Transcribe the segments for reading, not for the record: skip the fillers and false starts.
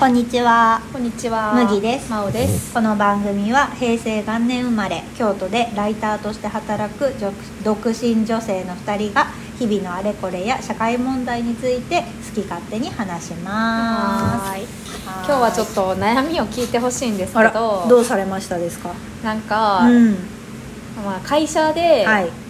こんにちは。 こんにちは。 麦です。 まおです。 この番組は平成元年生まれ、京都でライターとして働く独身女性の2人が日々のあれこれや社会問題について好き勝手に話します。 はい。今日はちょっと悩みを聞いてほしいんですけど、 どうされましたですか？ なんか、会社で、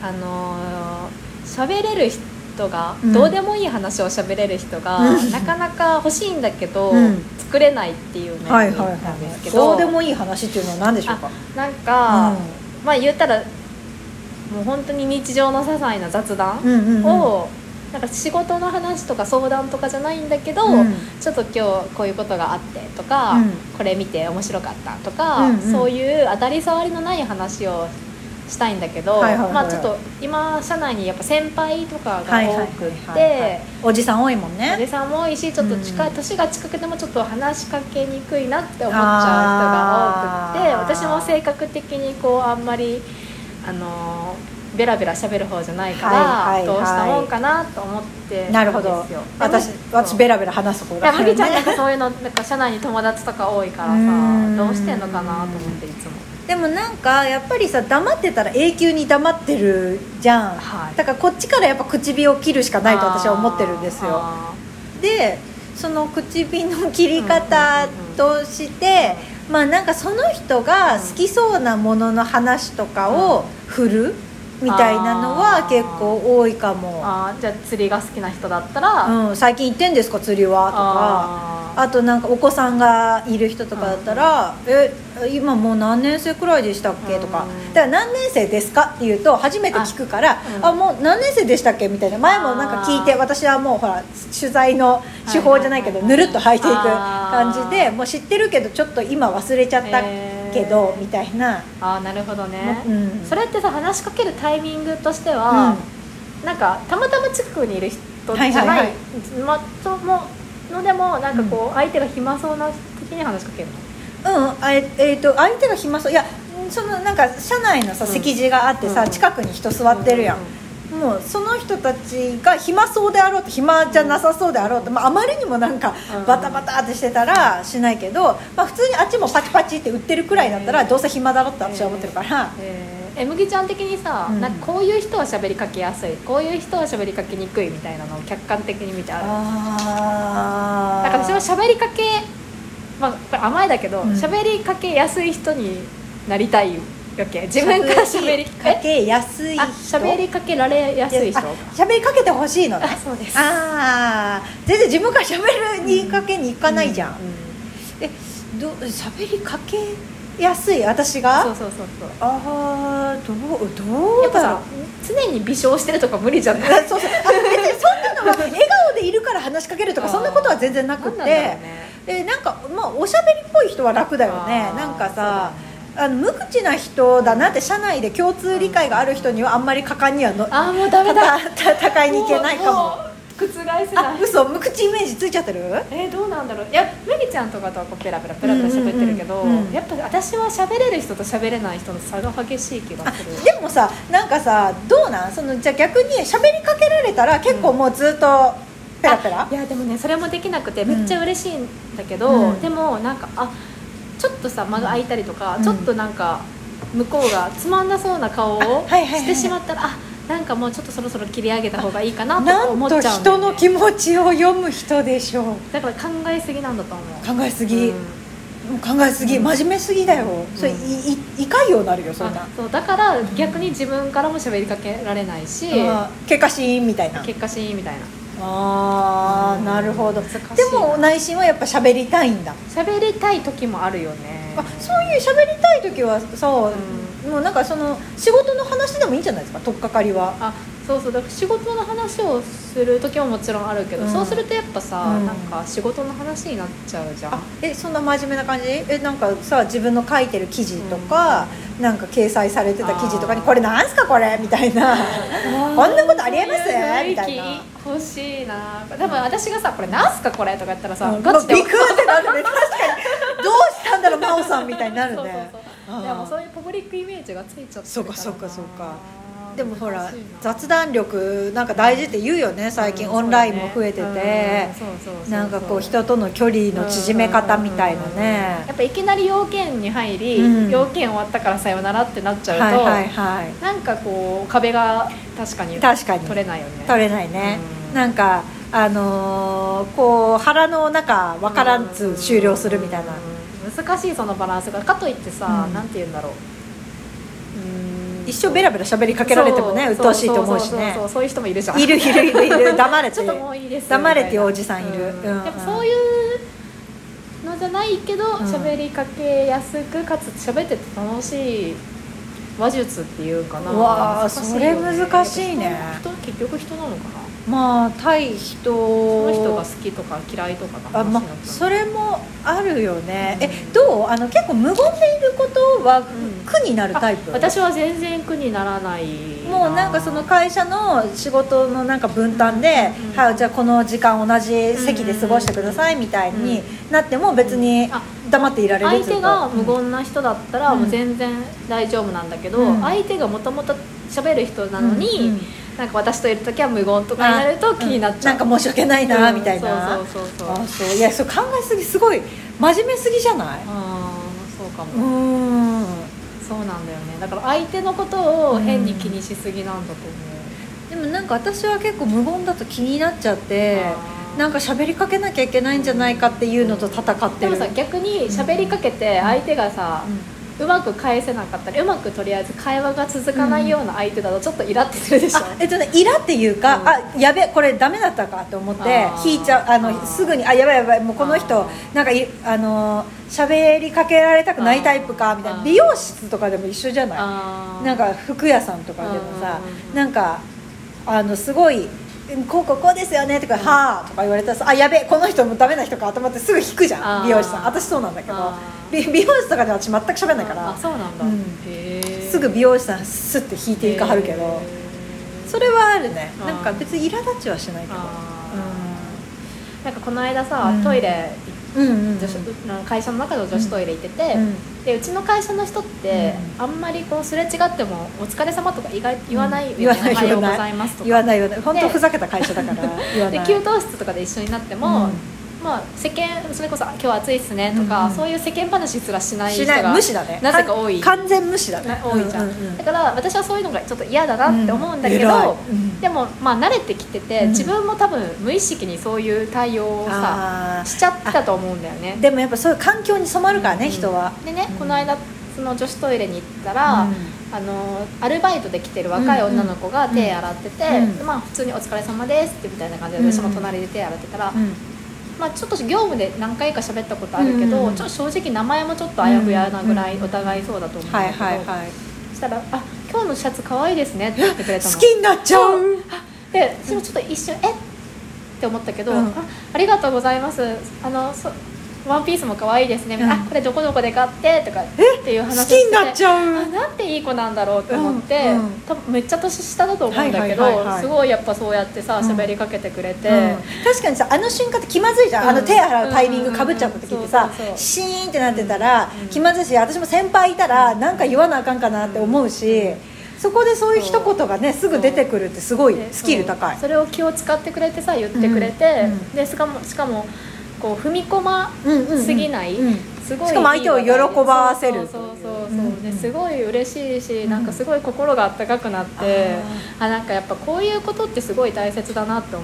喋れる人が、どうでもいい話を喋れる人が、なかなか欲しいんだけど、作れないっていう悩みなんですけど、 どうでもいい話っていうのは何でしょうか？ なんか、言ったらもう本当に日常の些細な雑談を、なんか仕事の話とか相談とかじゃないんだけど、ちょっと今日こういうことがあってとか、これ見て面白かったとか、そういう当たり障りのない話をしたいんだけど、ちょっと今社内にやっぱ先輩とかが多くっておじさん多いもんね。 おじさんも多いし、ちょっと年が近くてもちょっと話しかけにくいなって思っちゃう人が多くって、私も性格的にこうあんまりベラベラ喋る方じゃないから、どうしたもんかなと思ってなるほど。私ベラベラ話す方だからね。 麦ちゃんなんかそういうのなんか社内に友達とか多いからさ、どうしてんのかなと思っていつも。 でもなんかやっぱりさ、黙ってたら永久に黙ってるじゃん、だからこっちからやっぱ口火を切るしかないと私は思ってるんですよ。でその口火の切り方としてなんかその人が好きそうなものの話とかを振るみたいなのは結構多いかも。 じゃあ釣りが好きな人だったら、 最近行ってんですか釣りはとか、あとなんかお子さんがいる人とかだったら、今もう何年生くらいでしたっけとか、だから何年生ですかって言うと初めて聞くから、もう何年生でしたっけみたいな、前もなんか聞いて、私はもうほら取材の手法じゃないけどぬるっと履いていく感じで、もう知ってるけどちょっと今忘れちゃったけどみたいな。 なるほどね。それってさ、話しかけるタイミングとしては、なんかたまたま近くにいる人じゃないのでも、なんかこう相手が暇そうな時に話しかけるの？ 相手が暇そう、いや、そのなんか社内のさ、席次があってさ、近くに人座ってるやん。もうその人たちが暇そうであろうと暇じゃなさそうであろうと、あまりにもなんかバタバタってしてたらしないけど、普通にあっちもパチパチって売ってるくらいだったらどうせ暇だろって私は思ってるから。 麦ちゃん的にさ、なんかこういう人は喋りかけやすい、こういう人は喋りかけにくいみたいなのを客観的に見てある？だから私は喋りかけ、これ甘えだけど、喋りかけやすい人になりたいわけ。自分から喋りかけやすい人、喋りかけられやすい人、 喋りかけてほしいのね。 そうです。 全然自分から喋りかけに行かないじゃん。喋りかけやすい私が？ そう。 どうだろう。 常に微笑してるとか無理じゃない？ 別にそんなのは笑顔でいるから話しかけるとかそんなことは全然なくて、なんかおしゃべりっぽい人は楽だよね。なんかさ、無口な人だなって社内で共通理解がある人にはあんまり果敢にはもうダメだ、戦いに行けないかも。 覆せない。 嘘、無口イメージついちゃってる？ どうなんだろう。いや、麦ちゃんとかとはこうペラペラ喋ってるけど、やっぱ私は喋れる人と喋れない人の差が激しい気がする。 でもさ、なんかさ、どうなん？じゃあ逆に喋りかけられたら結構もうずっとペラペラ？ いやでもね、それもできなくてめっちゃ嬉しいんだけど、でもなんかちょっとさ間が空いたりとか、ちょっとなんか向こうがつまんなそうな顔をしてしまったら、なんかもうちょっとそろそろ切り上げた方がいいかなと思っちゃうんだよね。 なんと人の気持ちを読む人でしょう。 だから考えすぎなんだと思う。 考えすぎ、真面目すぎだよ。それいかんようになるよ、そんな。 そうだから逆に自分からも喋りかけられないし、 結果シーンみたいな。なるほど。でも内心はやっぱ喋りたいんだ。 喋りたい時もあるよね。 そういう喋りたい時はさ、もうなんかその仕事の話でもいいんじゃないですか、取っかかりは。そうだから仕事の話をする時ももちろんあるけど、そうするとやっぱさ、なんか仕事の話になっちゃうじゃん。そんな真面目な感じ？なんかさ、自分の書いてる記事とか、なんか掲載されてた記事とかにこれなんすかこれみたいなこんなことありえますみたいな。 欲しいな。多分私がさ、これなんすかこれとか言ったらさ、 ガチでビクってなるね。確かにどうしたんだろう真央さんみたいになるね。 いやもうそういうパブリックイメージがついちゃってるからな。 そうか。 でもほら雑談力なんか大事って言うよね最近、オンラインも増えてて、なんかこう人との距離の縮め方みたいなね、 やっぱいきなり要件に入り、要件終わったからさよならってなっちゃうと、なんかこう壁が確かに取れないよね。 取れないね、なんかこう腹の中分からんつ終了するみたいな、 難しいそのバランスが。かといってさ、なんて言うんだろう、 一生ベラベラ喋りかけられてもね鬱陶しいと思うしね。 そういう人もいるじゃん。 いる黙れてちょっともういいです黙れっていうおじさんいる、 やっぱそういうのじゃないけど喋りかけやすくかつ喋ってて楽しい話術っていうかな。 わあ、それ難しいね。 結局人なのかな。 まあ対人、その人が好きとか嫌いとかの話になったの、 それもあるよね、どう結構無言でいることは苦になるタイプ？ 私は全然苦にならない。 もうなんかその会社の仕事のなんか分担で、はい、じゃあこの時間同じ席で過ごしてくださいみたいになっても別に黙っていられる。 相手が無言な人だったらもう全然大丈夫なんだけど、相手がもともと喋る人なのに、なんか私といる時は無言とかになると気になっちゃう、 なんか申し訳ないなみたいな。いや、それ考えすぎ、すごい真面目すぎじゃない？ そうかも。そうなんだよね。だから相手のことを変に気にしすぎなんだと思う。 でもなんか私は結構無言だと気になっちゃって、なんか喋りかけなきゃいけないんじゃないかっていうのと戦ってる。 でもさ、逆に喋りかけて相手がさ、うまく返せなかったり、うまくとりあえず会話が続かないような相手だとちょっとイラってするでしょ。 イラっていうか、やべこれダメだったかと思って引いちゃう。すぐにやばいやばい、もうこの人なんか喋りかけられたくないタイプかみたいな。美容室とかでも一緒じゃない？なんか服屋さんとかでもさ、なんかすごいこうですよねとか、はあとか言われたらさ、やべこの人もダメな人かと思ってすぐ引くじゃん、美容師さん。私そうなんだけど、美容室とかで私全く喋らないから。 そうなんだ、 すぐ美容師さんスッて引いていかはるけど、それはあるね。なんか別に苛立ちはしないけど、 なんかこの間さ、トイレ会社の中の女子トイレ行ってて、でうちの会社の人ってあんまりこうすれ違ってもお疲れ様とか意外言わないよね。おはようございますとか言わない本当ふざけた会社だから言わない。 で給湯室とかで一緒になっても、まあ、世間それこそ今日は暑いっすねとか、そういう世間話すらしない人が無視だね。 なぜか多い。 完全無視だね。 多いじゃん、だから私はそういうのがちょっと嫌だなって思うんだけど、でもまあ慣れてきてて、自分も多分無意識にそういう対応をさしちゃったと思うんだよね。 でもやっぱそういう環境に染まるからね、人は。 でね、この間その女子トイレに行ったら、アルバイトで来てる若い女の子が手洗ってて、まあ普通にお疲れ様ですってみたいな感じで、私も隣で手洗ってたら、まあ、ちょっと業務で何回か喋ったことあるけど、ちょっと正直名前もちょっとあやふやなぐらいお互いそうだと思うんだけど、そしたら今日のシャツ可愛いですねって言ってくれたの。 好きになっちゃう。 で私もちょっと一瞬って思ったけど、ありがとうございます、ワンピースも可愛いですね、これどこどこで買ってとかっていう話をしてて、 好きになっちゃう。 なんていい子なんだろうと思って、多分めっちゃ年下だと思うんだけど、すごいやっぱそうやってさ喋りかけてくれて、 確かにさ、あの瞬間って気まずいじゃん。手洗うタイミングかぶっちゃった時ってさ、シーンってなってたら気まずいし、私も先輩いたらなんか言わなあかんかなって思うし、そこでそういう一言がねすぐ出てくるってすごいスキル高い。 それを気を使ってくれてさ言ってくれて、でしかもこう踏み込ますぎない、すごいしかも相手を喜ばせる。 ですごい嬉しいし、なんかすごい心が温かくなって、なんかやっぱこういうことってすごい大切だなって思った。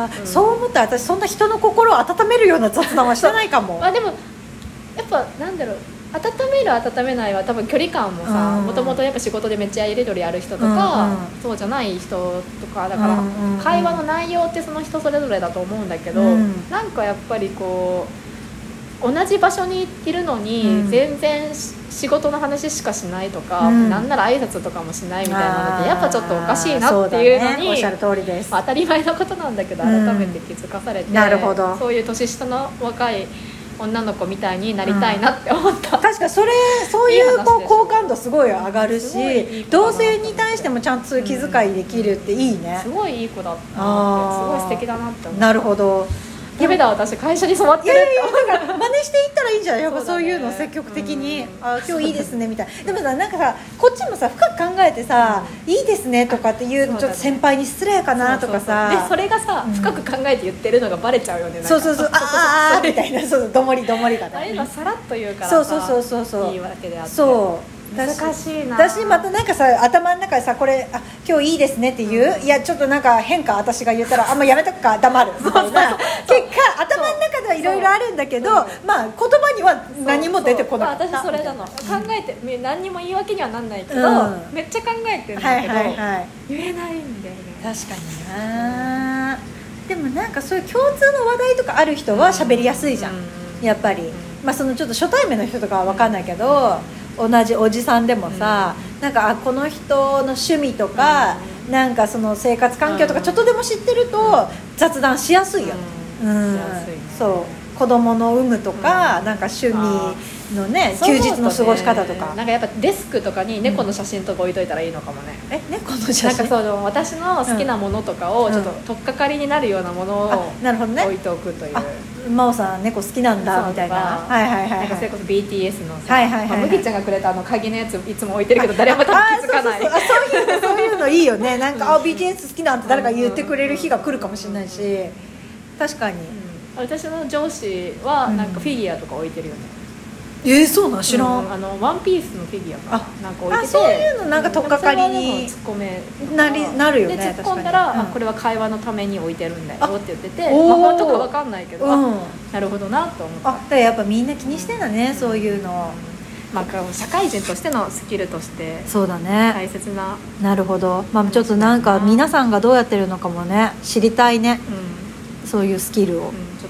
そう思ったら私そんな人の心を温めるような雑談はしてないかも。 でもやっぱなんだろう、温める温めないは多分距離感もさ、もともとやっぱ仕事でめっちゃやり取りある人とか、そうじゃない人とかだから、会話の内容ってその人それぞれだと思うんだけど、なんかやっぱりこう同じ場所にいるのに全然仕事の話しかしないとか、なんなら挨拶とかもしないみたいなのってやっぱちょっとおかしいなっていうのに、 おっしゃる通りです。 当たり前のことなんだけど改めて気づかされて、 なるほど、 そういう年下の若い女の子みたいになりたいなって思った、 確かそういう好感度すごい上がるし、同性に対してもちゃんとそういう気遣いできるっていいね。 すごいいい子だったなって、すごい素敵だなって思った。 なるほど。いダメだ私会社に染まってるって。 だから真似していったらいいんじゃない。やっぱそういうの積極的に、あ今日いいですねみたいな。でもさなんかさこっちもさ深く考えてさ、いいですねとかって言うとちょっと先輩に失礼かなとかさ、 でそれがさ深く考えて言ってるのがバレちゃうよね。 そうあみたいな、そうどもりがね。 あれ今さらっと言うからさいいわけであって。 そう難しいな。 私またなんかさ頭の中でさこれ今日いいですねって言う、いやちょっとなんか変か私が言ったらもうやめとくか黙るみたいな結果頭の中ではいろいろあるんだけど、まあ言葉には何も出てこなかった。 私それなの、考えて何にも言い訳にはなんないけど、めっちゃ考えてるんだけど、言えないんだよね。 確かにな。でもなんかそういう共通の話題とかある人は喋りやすいじゃん、やっぱり。まあそのちょっと初対面の人とかは分かんないけど、同じおじさんでもさ、なんかこの人の趣味とか、なんかその生活環境とかちょっとでも知ってると雑談しやすいよね。そう子供の有無とか、なんか趣味のね、休日の過ごし方とか、 なんかやっぱデスクとかに猫の写真とか置いといたらいいのかもね。 猫の写真なんかそう私の好きなものとかをちょっと取っかかりになるようなものを置いておくという。 真央さん猫好きなんだみたいな。 なんかそれこそ BTS のさ、麦ちゃんがくれた鍵のやついつも置いてるけど誰も多分気づかない。 そういうのいいよね。なんかBTS 好きなんて誰か言ってくれる日が来るかもしれないし、確かに。 私の上司はなんかフィギュアとか置いてるよね。 そうなん知らん。 ワンピースのフィギュアがなんか置いてて、 そういうのなんか取っかかりに突っ込めなるよね。 で突っ込んだら、これは会話のために置いてるんだよって言ってて、本当か分かんないけど、なるほどなと思った。 だからやっぱみんな気にしてんだね、そういうの。 まあ社会人としてのスキルとしてそうだね、 大切な。 なるほど。まあちょっとなんか皆さんがどうやってるのかもね知りたいね。そういうスキルを。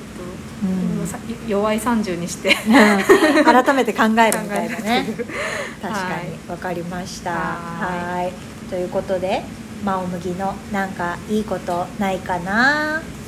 弱い30にして改めて考えるみたいなね。確かに分かりました。はいということで真央麦のなんかいいことないかな。